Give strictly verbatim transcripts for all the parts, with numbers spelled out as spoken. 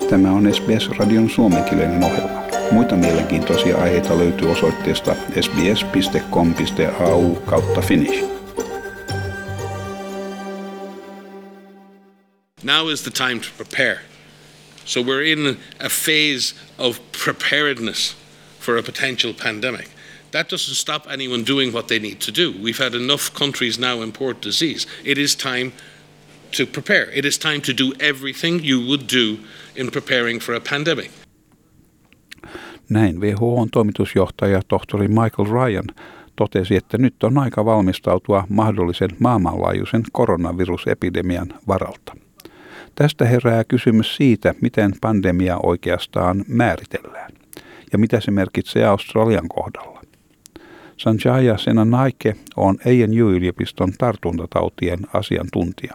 Tämä on S B S-radion suomenkielinen ohjelma. Muita mielenkiintoisia aiheita löytyy osoitteesta sbs piste com piste a u kautta finnish. Now is the time to prepare. So we're in a phase of preparedness for a potential pandemic. That doesn't stop anyone doing what they need to do. We've had enough countries now import disease. It is time to prepare. It is time to do everything you would do in preparing for a pandemic. Näin W H O:n toimitusjohtaja tohtori Michael Ryan totesi, että nyt on aika valmistautua mahdollisen maailmanlaajuisen koronavirusepidemian varalta. Tästä herää kysymys siitä, miten pandemia oikeastaan määritellään ja mitä se merkitsee Australian kohdalla. Sanjaya Senanayake on A N U-yliopiston tartuntatautien asiantuntija.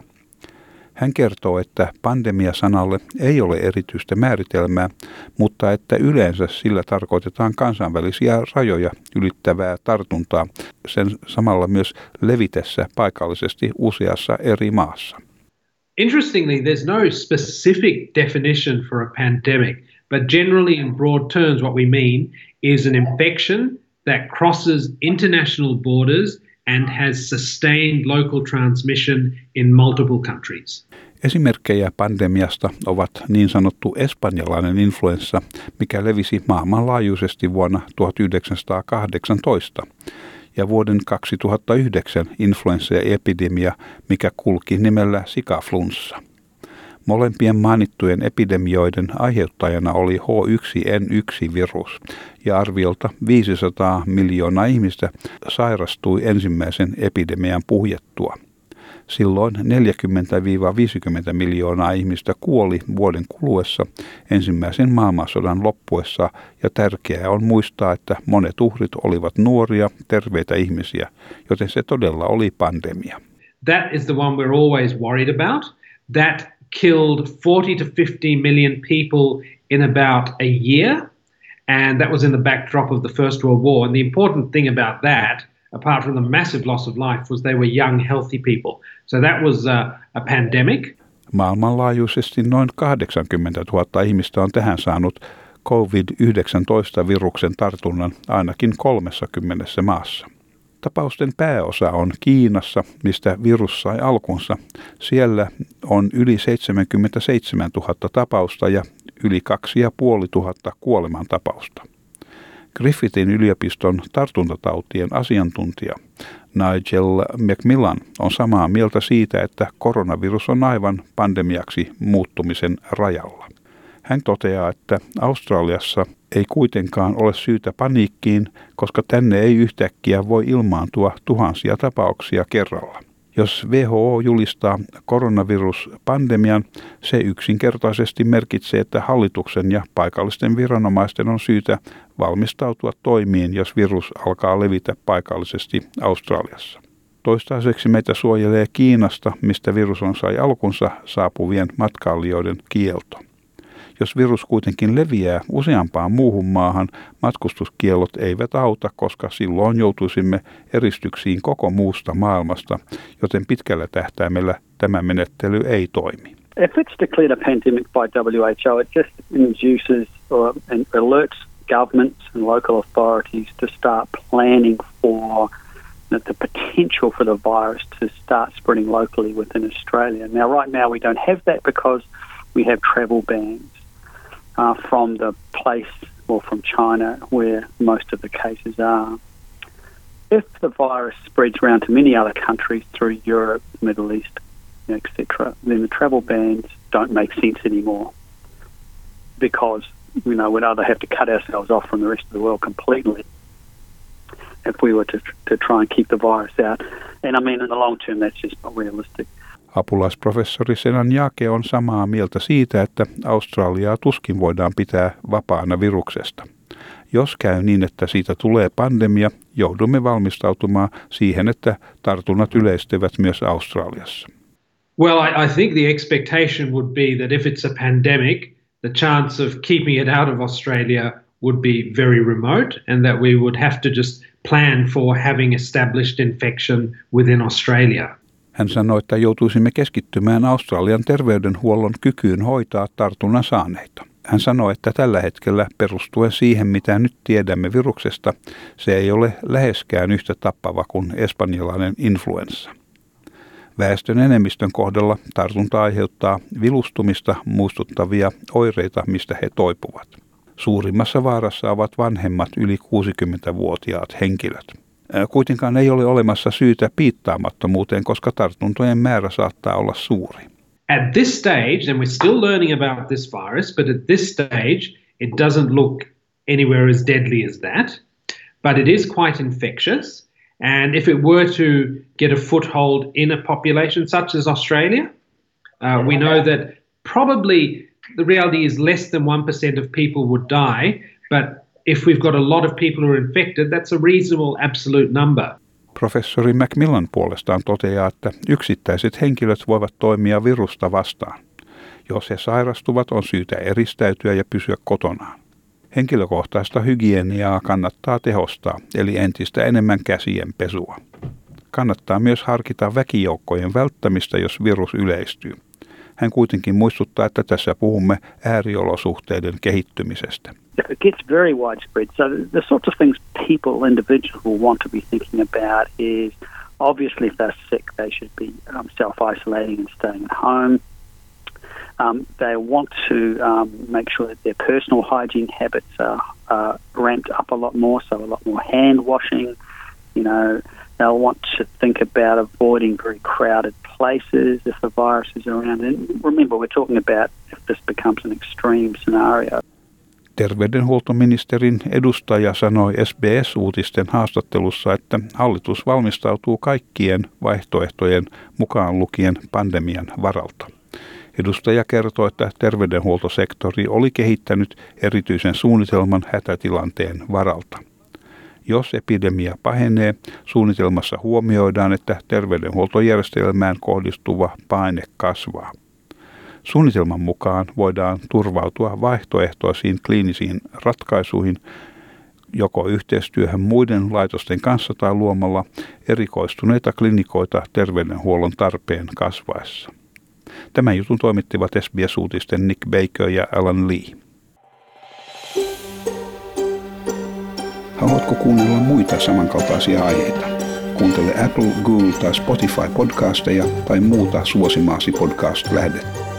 Hän kertoo, että pandemia-sanalle ei ole erityistä määritelmää, mutta että yleensä sillä tarkoitetaan kansainvälisiä rajoja ylittävää tartuntaa sen samalla myös levitessä paikallisesti useassa eri maassa. Interestingly, there's no specific definition for a pandemic, but generally in broad terms what we mean is an infection that crosses international borders and has sustained local transmission in multiple countries. Esimerkkejä pandemiasta ovat niin sanottu espanjalainen influenssa, mikä levisi maailmanlaajuisesti vuonna tuhatyhdeksänsataakahdeksantoista, ja vuoden kaksituhattayhdeksän influenssaepidemia, mikä kulki nimellä sikaflunssa. Molempien mainittujen epidemioiden aiheuttajana oli H yksi N yksi virus, ja arviolta viisisataa miljoonaa ihmistä sairastui ensimmäisen epidemian puhjettua. Silloin neljäkymmentä viisikymmentä miljoonaa ihmistä kuoli vuoden kuluessa ensimmäisen maailmansodan loppuessa, ja tärkeää on muistaa, että monet uhrit olivat nuoria, terveitä ihmisiä, joten se todella oli pandemia. That is the one we're always worried about. That killed forty to fifty million people in about a year, and that was in the backdrop of the First World War. And the important thing about that, apart from the massive loss of life, was they were young, healthy people. So that was a, a pandemic. Maailmanlaajuisesti noin kahdeksankymmentätuhatta ihmistä on tähän saanut covid yhdeksäntoista-viruksen tartunnan ainakin kolmessakymmenessä maassa. Tapausten pääosa on Kiinassa, mistä virus sai alkunsa. Siellä on yli seitsemänkymmentäseitsemäntuhatta tapausta ja yli kaksituhattaviisisataa kuolemantapausta. Griffithin yliopiston tartuntatautien asiantuntija Nigel Macmillan on samaa mieltä siitä, että koronavirus on aivan pandemiaksi muuttumisen rajalla. Hän toteaa, että Australiassa ei kuitenkaan ole syytä paniikkiin, koska tänne ei yhtäkkiä voi ilmaantua tuhansia tapauksia kerralla. Jos W H O julistaa koronaviruspandemian, se yksinkertaisesti merkitsee, että hallituksen ja paikallisten viranomaisten on syytä valmistautua toimiin, jos virus alkaa levitä paikallisesti Australiassa. Toistaiseksi meitä suojelee Kiinasta, mistä virus on sai alkunsa, saapuvien matkailijoiden kielto. Jos virus kuitenkin leviää useampaan muuhun maahan, matkustuskiellot eivät auta, koska silloin joutuisimme eristyksiin koko muusta maailmasta, joten pitkällä tähtäimellä tämä menettely ei toimi. If it's declared a pandemic by W H O, it just induces or alerts governments and local authorities to start planning for the potential for the virus to start spreading locally within Australia. Now, right now we don't have that because we have travel bans uh, from the place or from China where most of the cases are. If the virus spreads around to many other countries through Europe, Middle East, et cetera, then the travel bans don't make sense anymore because, you know, we'd either have to cut ourselves off from the rest of the world completely if we were to, to try and keep the virus out. And I mean, in the long term, that's just not realistic. Apulaisprofessori Senanayake on samaa mieltä siitä, että Australiaa tuskin voidaan pitää vapaana viruksesta. Jos käy niin, että siitä tulee pandemia, joudumme valmistautumaan siihen, että tartunnat yleistyvät myös Australiassa. Well, I, I think the expectation would be that if it's a pandemic, the chance of keeping it out of Australia would be very remote, and that we would have to just plan for having established infection within Australia. Hän sanoi, että joutuisimme keskittymään Australian terveydenhuollon kykyyn hoitaa tartunnan saaneita. Hän sanoi, että tällä hetkellä perustuen siihen, mitä nyt tiedämme viruksesta, se ei ole läheskään yhtä tappava kuin espanjalainen influenssa. Väestön enemmistön kohdalla tartunta aiheuttaa vilustumista muistuttavia oireita, mistä he toipuvat. Suurimmassa vaarassa ovat vanhemmat yli kuusikymmentävuotiaat henkilöt. Kuitenkaan ei ole olemassa syytä piittaamattomuuteen, koska tartuntojen määrä saattaa olla suuri. At this stage, and we're still learning about this virus, but at this stage it doesn't look anywhere as deadly as that, but it is quite infectious. And if it were to get a foothold in a population such as Australia, uh, we know that probably the reality is less than one percent of people would die, but if we've got a lot of people who are infected, that's a reasonable absolute number. Professori Macmillan puolestaan toteaa, että yksittäiset henkilöt voivat toimia virusta vastaan. Jos he sairastuvat, on syytä eristäytyä ja pysyä kotonaan. Henkilökohtaista hygieniaa kannattaa tehostaa, eli entistä enemmän käsien pesua. Kannattaa myös harkita väkijoukkojen välttämistä, jos virus yleistyy. Hän kuitenkin muistuttaa, että tässä puhumme ääriolosuhteiden kehittymisestä. It gets very widespread. So the sorts of things people, individuals will want to be thinking about is obviously if they're sick, they should be um, self-isolating and staying at home. Um, they want to um, make sure that their personal hygiene habits are uh, ramped up a lot more, so a lot more hand washing. You know, they'll want to think about avoiding very crowded places if the virus is around. And remember, we're talking about if this becomes an extreme scenario. Terveydenhuoltoministerin edustaja sanoi S B S-uutisten haastattelussa, että hallitus valmistautuu kaikkien vaihtoehtojen mukaan lukien pandemian varalta. Edustaja kertoi, että terveydenhuoltosektori oli kehittänyt erityisen suunnitelman hätätilanteen varalta. Jos epidemia pahenee, suunnitelmassa huomioidaan, että terveydenhuoltojärjestelmään kohdistuva paine kasvaa. Suunnitelman mukaan voidaan turvautua vaihtoehtoisiin kliinisiin ratkaisuihin, joko yhteistyöhön muiden laitosten kanssa tai luomalla erikoistuneita klinikoita terveydenhuollon tarpeen kasvaessa. Tämän jutun toimittivat S B S-uutisten Nick Baker ja Alan Lee. Haluatko kuunnella muita samankaltaisia aiheita? Kuuntele Apple, Google tai Spotify podcasteja tai muuta suosimaasi podcast-lähdettä.